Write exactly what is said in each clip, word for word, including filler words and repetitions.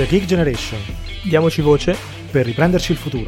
The Geek Generation. Diamoci voce per riprenderci il futuro.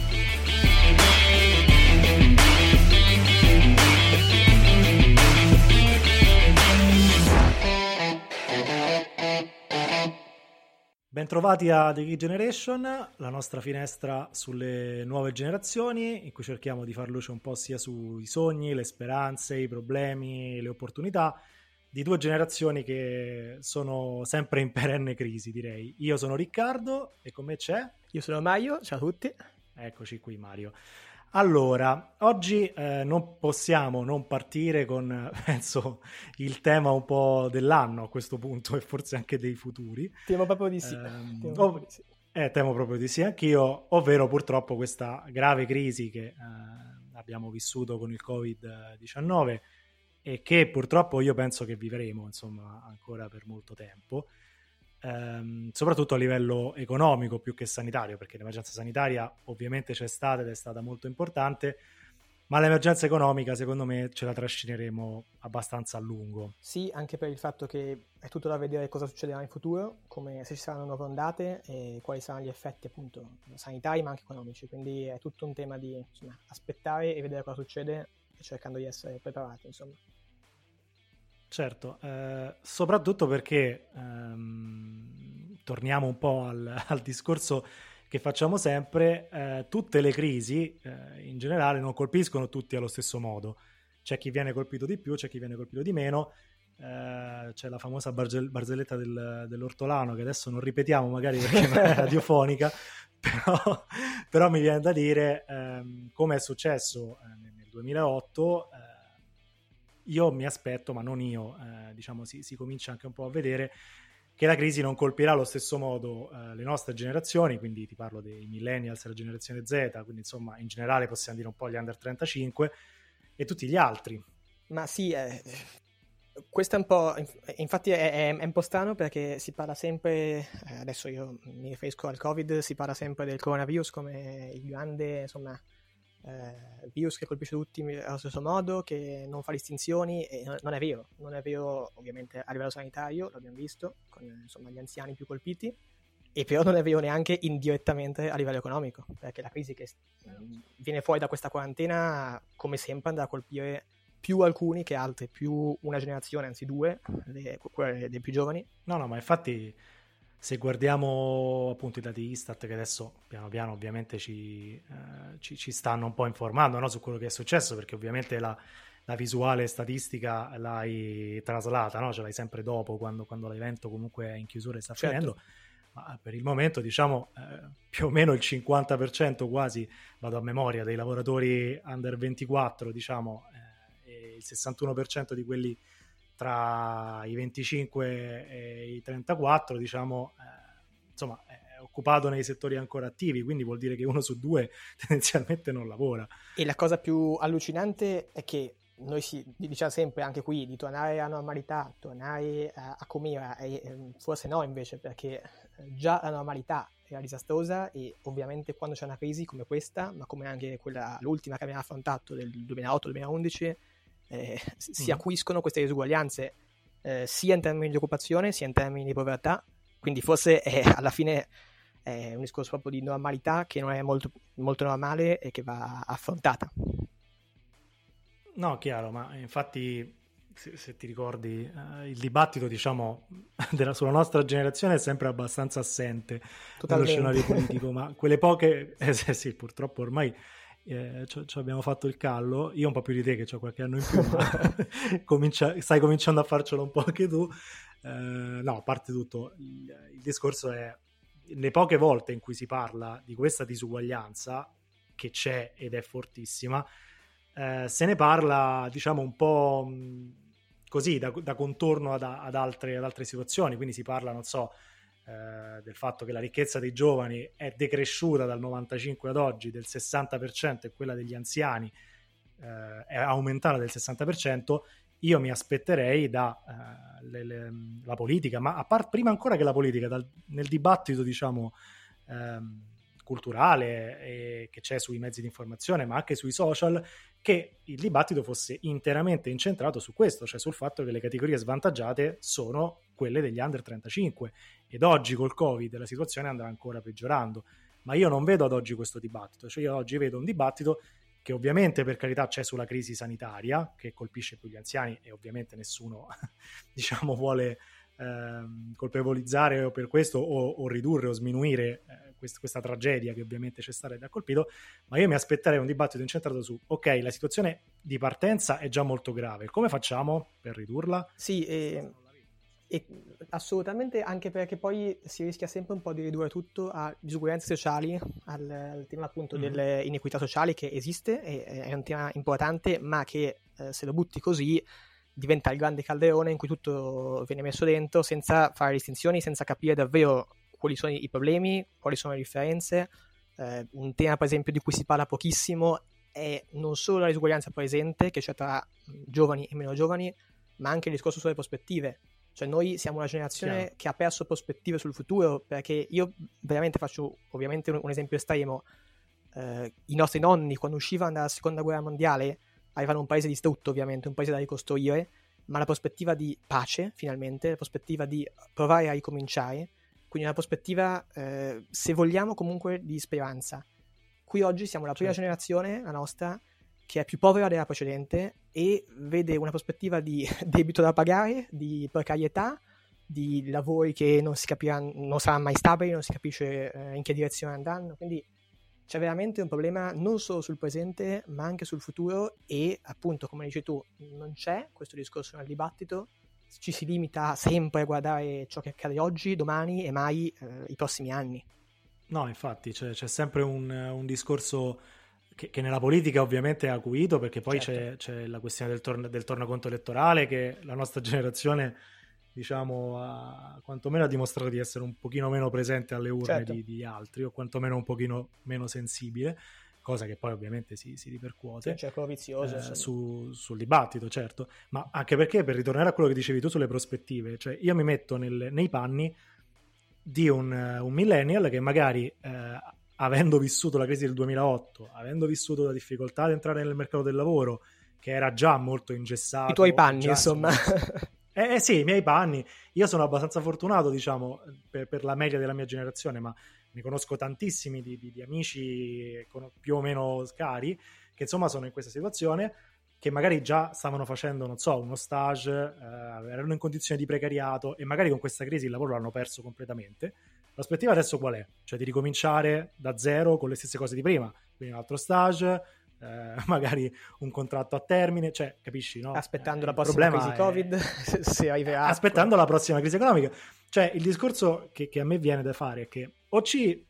Bentrovati a The Geek Generation, la nostra finestra sulle nuove generazioni, in cui cerchiamo di far luce un po' sia sui sogni, le speranze, i problemi, le opportunità di due generazioni che sono sempre in perenne crisi, direi. Io sono Riccardo e con me c'è... Io sono Mario, ciao a tutti. Eccoci qui, Mario. Allora, oggi eh, non possiamo non partire con, penso, il tema un po' dell'anno a questo punto e forse anche dei futuri. Temo proprio di sì. Eh, temo, oh, proprio di sì. Eh, temo proprio di sì anch'io, ovvero purtroppo questa grave crisi che eh, abbiamo vissuto con il covid diciannove e che purtroppo io penso che vivremo, insomma, ancora per molto tempo. Ehm, soprattutto a livello economico più che sanitario, perché l'emergenza sanitaria ovviamente c'è stata ed è stata molto importante, ma l'emergenza economica secondo me ce la trascineremo abbastanza a lungo. Sì, anche per il fatto che è tutto da vedere cosa succederà in futuro, come se ci saranno nuove ondate e quali saranno gli effetti appunto sanitari ma anche economici, quindi è tutto un tema di insomma, aspettare e vedere cosa succede e cercando di essere preparati, insomma. Certo, eh, soprattutto perché ehm, torniamo un po' al, al discorso che facciamo sempre, eh, tutte le crisi eh, in generale non colpiscono tutti allo stesso modo. C'è chi viene colpito di più, c'è chi viene colpito di meno, eh, c'è la famosa barge- barzelletta del, dell'ortolano che adesso non ripetiamo magari perché non è radiofonica, però, però mi viene da dire ehm, come è successo eh, nel duemilaotto. eh, Io mi aspetto, ma non io, eh, diciamo si, si comincia anche un po' a vedere che la crisi non colpirà allo stesso modo eh, le nostre generazioni, quindi ti parlo dei millennials e la generazione Z, quindi insomma in generale possiamo dire un po' gli under trentacinque e tutti gli altri. Ma sì, eh, questo è un po', infatti è, è, è un po' strano perché si parla sempre, eh, adesso io mi riferisco al Covid, si parla sempre del coronavirus come il grande, insomma, Eh, virus che colpisce tutti allo stesso modo, che non fa distinzioni, e non è vero, non è vero ovviamente a livello sanitario, l'abbiamo visto con insomma gli anziani più colpiti, e però non è vero neanche indirettamente a livello economico, perché la crisi che viene fuori da questa quarantena come sempre andrà a colpire più alcuni che altri, più una generazione, anzi due, le, quelle dei più giovani. No, no, ma infatti se guardiamo appunto i dati Istat che adesso piano piano ovviamente ci, eh, ci, ci stanno un po' informando, no, su quello che è successo, perché ovviamente la, la visuale statistica l'hai traslata, no? Ce l'hai sempre dopo quando, quando l'evento comunque è in chiusura e sta certo. finendo, ma per il momento diciamo eh, più o meno il cinquanta per cento quasi, vado a memoria, dei lavoratori under ventiquattro diciamo eh, e il sessantuno per cento di quelli tra i venticinque e i trentaquattro, diciamo, eh, insomma, è occupato nei settori ancora attivi, quindi vuol dire che uno su due tendenzialmente non lavora. E la cosa più allucinante è che noi si diciamo sempre anche qui di tornare alla normalità, tornare a, a come era, e forse no invece, perché già la normalità era disastrosa e ovviamente quando c'è una crisi come questa, ma come anche quella l'ultima che abbiamo affrontato del duemilaotto duemilaundici, Eh, si acuiscono queste disuguaglianze eh, sia in termini di occupazione sia in termini di povertà, quindi forse è, alla fine è un discorso proprio di normalità che non è molto, molto normale e che va affrontata. No, chiaro, ma infatti se, se ti ricordi eh, il dibattito diciamo della, sulla nostra generazione è sempre abbastanza assente nello scenario politico, ma quelle poche eh, sì, sì, purtroppo ormai Eh, ci, ci abbiamo fatto il callo, io un po' più di te che ho qualche anno in più, ma comincia, stai cominciando a farcelo un po' anche tu. Eh, no, a parte tutto, il, il discorso è le poche volte in cui si parla di questa disuguaglianza che c'è ed è fortissima, eh, se ne parla diciamo un po' mh, così da, da contorno ad, ad, altre, ad altre situazioni, quindi si parla, non so, del fatto che la ricchezza dei giovani è decresciuta dal novantacinque ad oggi del sessanta per cento e quella degli anziani eh, è aumentata del sessanta per cento. Io mi aspetterei da eh, le, le, la politica, ma a part, prima ancora che la politica, dal, nel dibattito diciamo ehm, culturale e che c'è sui mezzi di informazione ma anche sui social, che il dibattito fosse interamente incentrato su questo, cioè sul fatto che le categorie svantaggiate sono quelle degli under trentacinque, ed oggi col Covid la situazione andrà ancora peggiorando. Ma io non vedo ad oggi questo dibattito, cioè io oggi vedo un dibattito che ovviamente per carità c'è sulla crisi sanitaria che colpisce più gli anziani, e ovviamente nessuno diciamo vuole ehm, colpevolizzare o per questo o, o ridurre o sminuire eh, quest- questa tragedia che ovviamente c'è stata ed ha colpito, ma io mi aspetterei un dibattito incentrato su ok, la situazione di partenza è già molto grave, come facciamo per ridurla? Sì, e... E assolutamente, anche perché poi si rischia sempre un po' di ridurre tutto a disuguaglianze sociali, al, al tema appunto mm. delle inequità sociali, che esiste, e, è un tema importante, ma che eh, se lo butti così diventa il grande calderone in cui tutto viene messo dentro senza fare distinzioni, senza capire davvero quali sono i problemi, quali sono le differenze. Eh, un tema per esempio di cui si parla pochissimo è non solo la disuguaglianza presente che c'è tra giovani e meno giovani, ma anche il discorso sulle prospettive. Cioè noi siamo una generazione Chiaro. che ha perso prospettive sul futuro, perché io veramente faccio ovviamente un, un esempio estremo. Eh, i nostri nonni quando uscivano dalla seconda guerra mondiale avevano un paese distrutto, ovviamente, un paese da ricostruire, ma la prospettiva di pace finalmente, la prospettiva di provare a ricominciare, quindi una prospettiva eh, se vogliamo comunque di speranza. Qui oggi siamo la prima certo. generazione, la nostra, che è più povera della precedente e vede una prospettiva di debito da pagare, di precarietà, di lavori che non si capiranno, non saranno mai stabili, non si capisce eh, in che direzione andranno, quindi c'è veramente un problema non solo sul presente ma anche sul futuro, e appunto come dici tu non c'è questo discorso nel dibattito, ci si limita sempre a guardare ciò che accade oggi, domani e mai eh, i prossimi anni. No, infatti c'è, c'è sempre un, un discorso Che, che nella politica ovviamente è acuito, perché poi certo. c'è, c'è la questione del, torno, del tornaconto elettorale, che la nostra generazione diciamo ha, quantomeno ha dimostrato di essere un pochino meno presente alle urne certo. di, di altri, o quantomeno un pochino meno sensibile, cosa che poi ovviamente si, si ripercuote sì, cerco vizioso, eh, su, sul dibattito, certo, ma anche perché, per ritornare a quello che dicevi tu sulle prospettive, cioè io mi metto nel, nei panni di un, un millennial che magari eh, avendo vissuto la crisi del duemilaotto, avendo vissuto la difficoltà di entrare nel mercato del lavoro, che era già molto ingessato. I tuoi panni, già, insomma. Eh, eh sì, i miei panni. Io sono abbastanza fortunato, diciamo, per, per la media della mia generazione, ma ne conosco tantissimi di, di, di amici più o meno scari, che insomma sono in questa situazione, che magari già stavano facendo, non so, uno stage, eh, erano in condizioni di precariato, e magari con questa crisi il lavoro l'hanno perso completamente. La prospettiva adesso qual è? Cioè di ricominciare da zero con le stesse cose di prima, quindi un altro stage, eh, magari un contratto a termine, cioè capisci, no? Aspettando eh, la prossima crisi è... Covid, se arriverà. Aspettando la prossima crisi economica. Cioè il discorso che, che a me viene da fare è che o ci,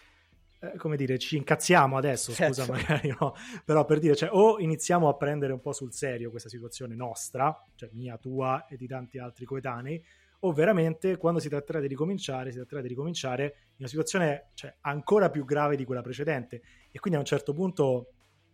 eh, come dire, ci incazziamo adesso, scusa certo. magari no, però per dire, cioè o iniziamo a prendere un po' sul serio questa situazione nostra, cioè mia, tua e di tanti altri coetanei, o veramente quando si tratterà di ricominciare, si tratterà di ricominciare in una situazione cioè, ancora più grave di quella precedente, e quindi a un certo punto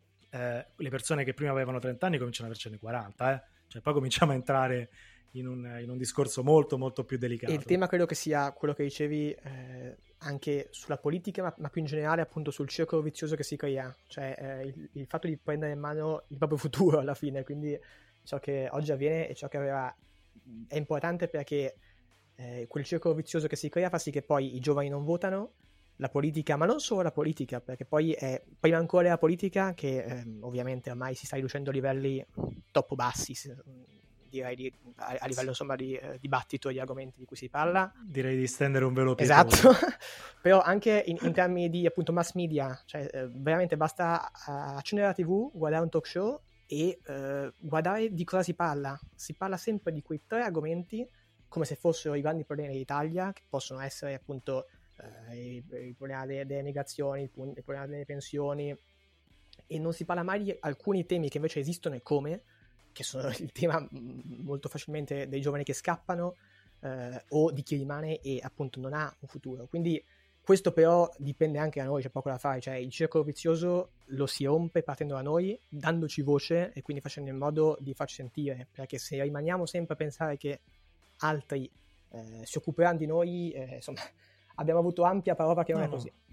eh, le persone che prima avevano trenta anni cominciano ad avercene quaranta, eh? Cioè poi cominciamo a entrare in un, in un discorso molto molto più delicato. E il tema credo che sia quello che dicevi eh, anche sulla politica, ma, ma più in generale appunto sul circolo vizioso che si crea, cioè eh, il, il fatto di prendere in mano il proprio futuro alla fine, quindi ciò che oggi avviene e ciò che avverrà è importante, perché eh, quel circolo vizioso che si crea fa sì che poi i giovani non votano, la politica, ma non solo la politica, perché poi è prima ancora la politica che eh, ovviamente ormai si sta riducendo a livelli troppo bassi, direi di, a, a livello insomma di eh, dibattito e di argomenti di cui si parla. Direi di stendere un velo pietoso. Esatto, però anche in, in termini di appunto mass media, cioè eh, veramente basta uh, accendere la tivù, guardare un talk show e uh, guardare di cosa si parla. Si parla sempre di quei tre argomenti come se fossero i grandi problemi dell'Italia, che possono essere appunto uh, il, il problema delle, delle migrazioni, il, il problema delle pensioni, e non si parla mai di alcuni temi che invece esistono e come, che sono il tema molto facilmente dei giovani che scappano eh, o di chi rimane e appunto non ha un futuro. Quindi questo però dipende anche da noi, c'è poco da fare, cioè il circolo vizioso lo si rompe partendo da noi, dandoci voce e quindi facendo in modo di farci sentire, perché se rimaniamo sempre a pensare che altri eh, si occuperanno di noi, eh, insomma abbiamo avuto ampia prova che non no, è così. No.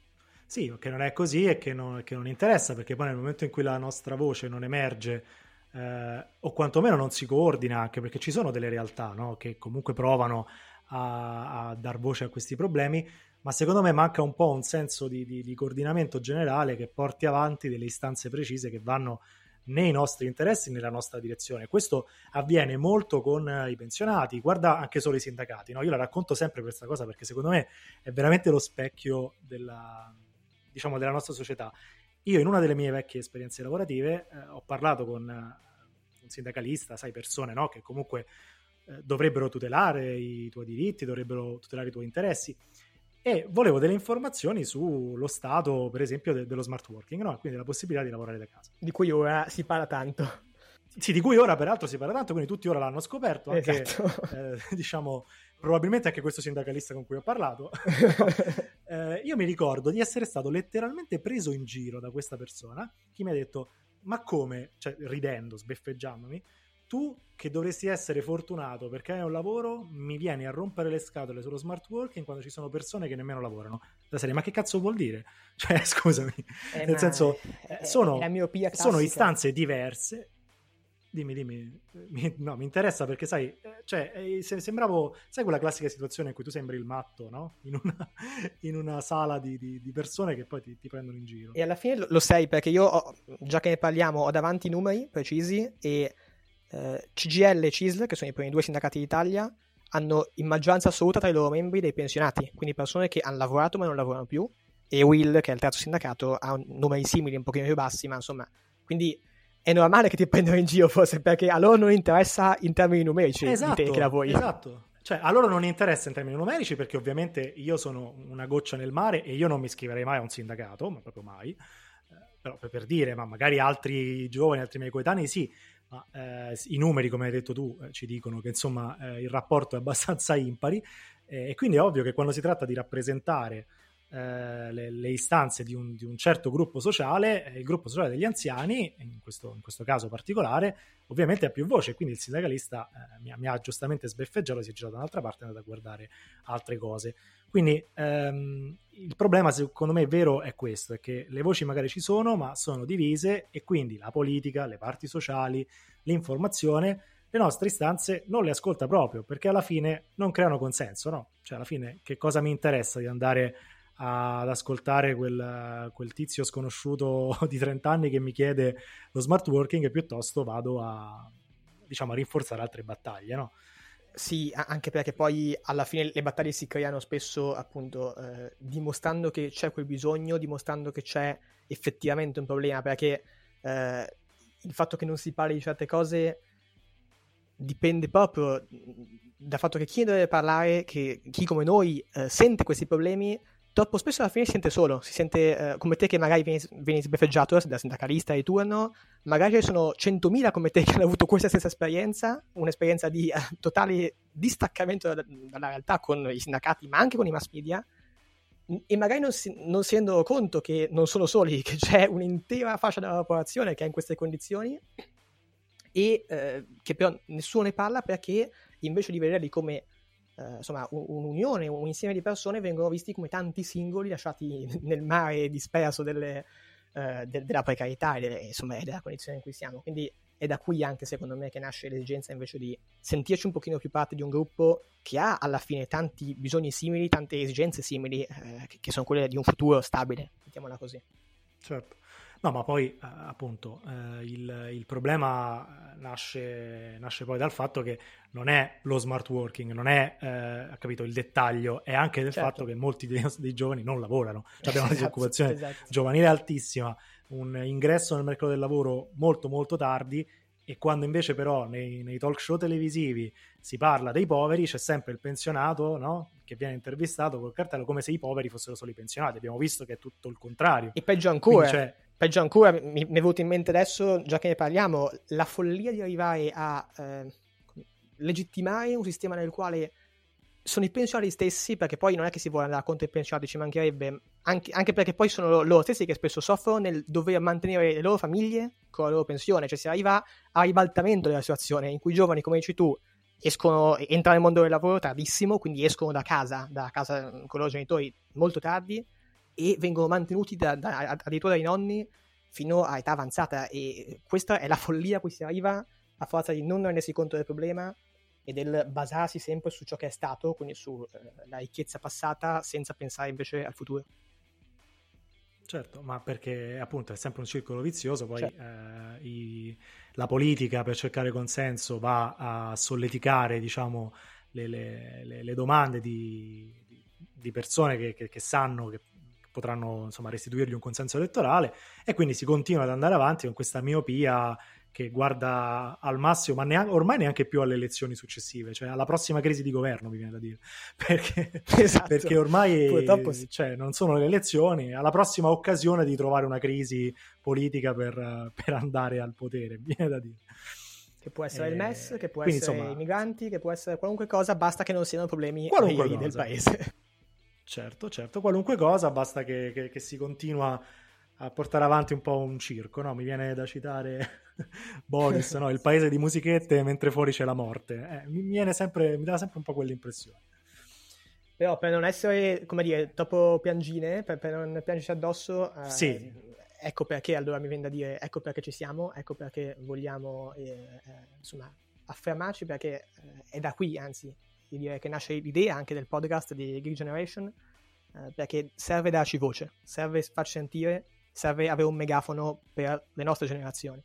Sì, che non è così e che non, che non interessa, perché poi nel momento in cui la nostra voce non emerge eh, o quantomeno non si coordina, anche perché ci sono delle realtà, no? Che comunque provano a, a dar voce a questi problemi, ma secondo me manca un po' un senso di, di, di coordinamento generale che porti avanti delle istanze precise che vanno nei nostri interessi, nella nostra direzione. Questo avviene molto con i pensionati, guarda anche solo i sindacati, no? Io la racconto sempre questa cosa perché secondo me è veramente lo specchio della, diciamo, della nostra società. Io in una delle mie vecchie esperienze lavorative eh, ho parlato con uh, un sindacalista, sai, persone, no? Che comunque eh, dovrebbero tutelare i tuoi diritti, dovrebbero tutelare i tuoi interessi, e volevo delle informazioni sullo stato, per esempio, de- dello smart working, no? Quindi la possibilità di lavorare da casa. Di cui ora si parla tanto. Sì, di cui ora peraltro si parla tanto, quindi tutti ora l'hanno scoperto, anche, esatto. eh, diciamo, probabilmente anche questo sindacalista con cui ho parlato. eh, io mi ricordo di essere stato letteralmente preso in giro da questa persona, che mi ha detto, ma come, cioè ridendo, sbeffeggiandomi, tu che dovresti essere fortunato perché hai un lavoro, mi vieni a rompere le scatole sullo smart working quando ci sono persone che nemmeno lavorano. La serie, ma che cazzo vuol dire? Cioè, scusami, eh, nel senso, è, sono, è la miopia sono classica. istanze diverse. Dimmi, dimmi, mi, no, mi interessa perché sai, cioè, eh, se, sembravo, sai quella classica situazione in cui tu sembri il matto, no? In una, in una sala di, di, di persone che poi ti, ti prendono in giro. E alla fine lo, lo sei, perché io, ho, già che ne parliamo, ho davanti i numeri precisi e eh, C G I L e C I S L, che sono i primi due sindacati d'Italia, hanno in maggioranza assoluta tra i loro membri dei pensionati, quindi persone che hanno lavorato ma non lavorano più, e U I L, che è il terzo sindacato, ha un, numeri simili, un pochino più bassi, ma insomma, quindi è normale che ti prendano in giro, forse, perché a loro non interessa in termini numerici esatto, di te che lavori. Esatto, cioè a loro non interessa in termini numerici perché ovviamente io sono una goccia nel mare e io non mi iscriverei mai a un sindacato, ma proprio mai, eh, però per, per dire, ma magari altri giovani, altri miei coetanei sì, ma eh, i numeri, come hai detto tu, eh, ci dicono che insomma eh, il rapporto è abbastanza impari, eh, e quindi è ovvio che quando si tratta di rappresentare eh, le, le istanze di un, di un certo gruppo sociale, eh, il gruppo sociale degli anziani, in questo, in questo caso particolare, ovviamente ha più voce, quindi il sindacalista eh, mi, mi ha giustamente sbeffeggiato e si è girato dall'altra parte e è andato a guardare altre cose. Quindi ehm, il problema, secondo me, vero è questo, è che le voci magari ci sono, ma sono divise, e quindi la politica, le parti sociali, l'informazione, le nostre istanze non le ascolta proprio, perché alla fine non creano consenso, no? Cioè alla fine che cosa mi interessa di andare ad ascoltare quel, quel tizio sconosciuto di trenta anni che mi chiede lo smart working, e piuttosto vado a, diciamo, a rinforzare altre battaglie, no? Sì, anche perché poi alla fine le battaglie si creano spesso appunto eh, dimostrando che c'è quel bisogno, dimostrando che c'è effettivamente un problema, perché eh, il fatto che non si parli di certe cose dipende proprio dal fatto che chi deve parlare, che chi come noi eh, sente questi problemi, troppo spesso alla fine si sente solo, si sente eh, come te che magari vieni, vieni sbeffeggiato da sindacalista di turno, magari ci sono centomila come te che hanno avuto questa stessa esperienza, un'esperienza di eh, totale distaccamento da, dalla realtà con i sindacati, ma anche con i mass media, e magari non si, non si rendono conto che non sono soli, che c'è un'intera fascia della popolazione che è in queste condizioni, e eh, che però nessuno ne parla, perché invece di vederli come Uh, insomma un, un'unione, un insieme di persone, vengono visti come tanti singoli lasciati nel mare disperso delle, uh, de- della precarietà e delle, insomma, della condizione in cui siamo. Quindi è da qui anche secondo me che nasce l'esigenza invece di sentirci un pochino più parte di un gruppo che ha alla fine tanti bisogni simili, tante esigenze simili, uh, che, che sono quelle di un futuro stabile, mettiamola così. Certo. No, ma poi eh, appunto eh, il, il problema nasce, nasce poi dal fatto che non è lo smart working, non è eh, capito, il dettaglio, è anche del certo. fatto che molti dei, dei giovani non lavorano, cioè abbiamo una esatto, disoccupazione esatto. giovanile altissima, un ingresso nel mercato del lavoro molto molto tardi, e quando invece però nei, nei talk show televisivi si parla dei poveri c'è sempre il pensionato, no? Che viene intervistato col cartello come se i poveri fossero solo i pensionati. Abbiamo visto che è tutto il contrario. E peggio ancora, cioè... peggio ancora mi, mi è venuto in mente adesso, già che ne parliamo, la follia di arrivare a eh, legittimare un sistema nel quale sono i pensionati stessi, perché poi non è che si vuole andare contro i pensionati, ci mancherebbe, anche, anche perché poi sono loro stessi che spesso soffrono nel dover mantenere le loro famiglie con la loro pensione, cioè si arriva a ribaltamento della situazione in cui i giovani, come dici tu, escono, entrano nel mondo del lavoro tardissimo, quindi escono da casa, da casa con i loro genitori molto tardi, e vengono mantenuti da, da, addirittura dai nonni fino a età avanzata, e questa è la follia a cui si arriva a forza di non rendersi conto del problema e del basarsi sempre su ciò che è stato, quindi sulla eh, ricchezza passata, senza pensare invece al futuro. Certo, ma perché appunto è sempre un circolo vizioso, poi certo. eh, i, la politica per cercare consenso va a solleticare, diciamo, le, le, le, le domande di, di persone che, che, che sanno che potranno, insomma, restituirgli un consenso elettorale, e quindi si continua ad andare avanti con questa miopia che guarda al massimo, ma neanche, ormai neanche più alle elezioni successive, cioè alla prossima crisi di governo, mi viene da dire, perché, esatto. perché ormai purtroppo sì. Cioè, non sono le elezioni, alla prossima occasione di trovare una crisi politica per, per andare al potere, mi viene da dire. Che può essere eh, il M E S, che può quindi, essere insomma, i migranti, che può essere qualunque cosa, basta che non siano problemi veri del paese. Certo, certo, qualunque cosa, basta che, che, che si continua a portare avanti un po' un circo, no? Mi viene da citare Boris, no? Il paese di musichette mentre fuori c'è la morte. Eh, mi viene sempre, mi dà sempre un po' quell'impressione. Però per non essere, come dire, troppo piangine, per, per non piangerci addosso, eh, sì. ecco perché allora mi viene da dire, ecco perché ci siamo, ecco perché vogliamo eh, eh, insomma affermarci, perché eh, è da qui, anzi, di dire che nasce l'idea anche del podcast di Geek Generation, eh, perché serve darci voce, serve farci sentire, serve avere un megafono per le nostre generazioni.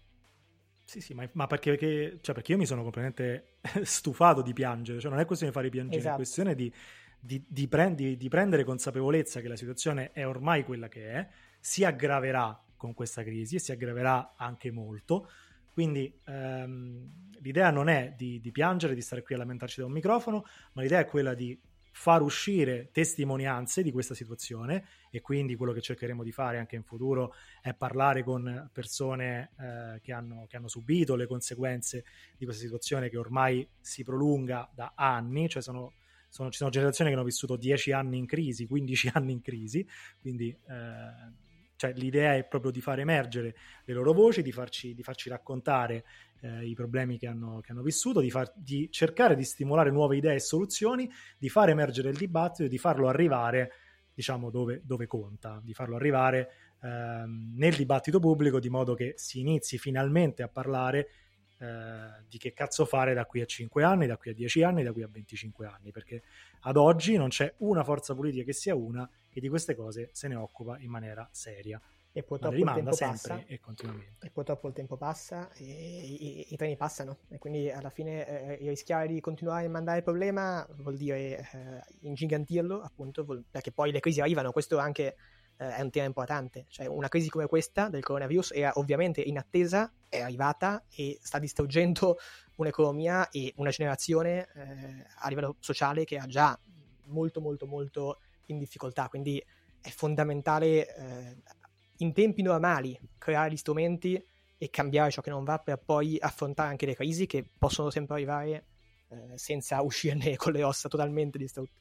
Sì, sì, ma, ma perché, perché, cioè perché io mi sono completamente stufato di piangere, cioè non è questione di fare piangere, esatto. È questione di, di, di, prendi, di prendere consapevolezza che la situazione è ormai quella che è, si aggraverà con questa crisi e si aggraverà anche molto, quindi ehm, l'idea non è di, di piangere, di stare qui a lamentarci da un microfono, ma l'idea è quella di far uscire testimonianze di questa situazione, e quindi quello che cercheremo di fare anche in futuro è parlare con persone eh, che, hanno, che hanno subito le conseguenze di questa situazione che ormai si prolunga da anni, cioè sono, sono, ci sono generazioni che hanno vissuto dieci anni in crisi, quindici anni in crisi, quindi eh, cioè, l'idea è proprio di far emergere le loro voci, di farci, di farci raccontare Eh, i problemi che hanno, che hanno vissuto, di, far, di cercare di stimolare nuove idee e soluzioni, di far emergere il dibattito e di farlo arrivare, diciamo, dove, dove conta, di farlo arrivare ehm, nel dibattito pubblico, di modo che si inizi finalmente a parlare eh, di che cazzo fare da qui a cinque anni, da qui a dieci anni, da qui a venticinque anni, perché ad oggi non c'è una forza politica che sia una che di queste cose se ne occupa in maniera seria. E purtroppo il tempo passa e continuamente. E purtroppo il tempo passa e i, i, i treni passano, e quindi alla fine eh, rischiare di continuare a mandare il problema vuol dire eh, ingigantirlo, appunto, vuol, perché poi le crisi arrivano. Questo anche eh, è un tema importante, cioè una crisi come questa del coronavirus era ovviamente in attesa, è arrivata e sta distruggendo un'economia e una generazione eh, a livello sociale che ha già molto molto molto in difficoltà, quindi è fondamentale eh, in tempi normali creare gli strumenti e cambiare ciò che non va, per poi affrontare anche le crisi che possono sempre arrivare eh, senza uscirne con le ossa totalmente distrutte.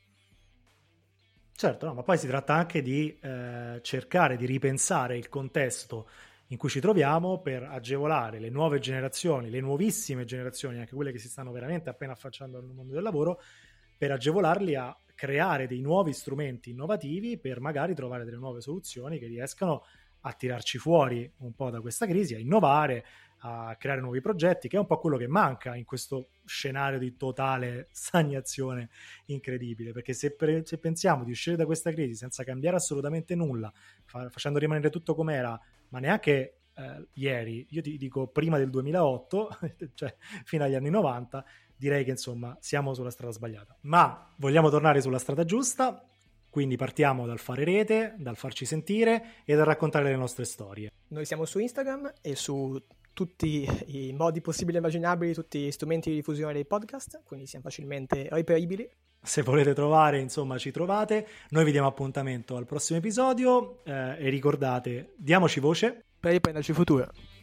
Certo, no, ma poi si tratta anche di eh, cercare di ripensare il contesto in cui ci troviamo per agevolare le nuove generazioni, le nuovissime generazioni, anche quelle che si stanno veramente appena affacciando al mondo del lavoro, per agevolarli a creare dei nuovi strumenti innovativi per magari trovare delle nuove soluzioni che riescano a tirarci fuori un po' da questa crisi, a innovare, a creare nuovi progetti, che è un po' quello che manca in questo scenario di totale stagnazione incredibile, perché se, pre- se pensiamo di uscire da questa crisi senza cambiare assolutamente nulla, fa- facendo rimanere tutto com'era, ma neanche eh, ieri, io ti dico prima del duemilaotto, cioè fino agli anni novanta, direi che insomma siamo sulla strada sbagliata. Ma vogliamo tornare sulla strada giusta, quindi partiamo dal fare rete, dal farci sentire e dal raccontare le nostre storie. Noi siamo su Instagram e su tutti i modi possibili e immaginabili, tutti gli strumenti di diffusione dei podcast, quindi siamo facilmente reperibili. Se volete trovare, insomma, ci trovate. Noi vi diamo appuntamento al prossimo episodio eh, e ricordate, diamoci voce per riprenderci il futuro.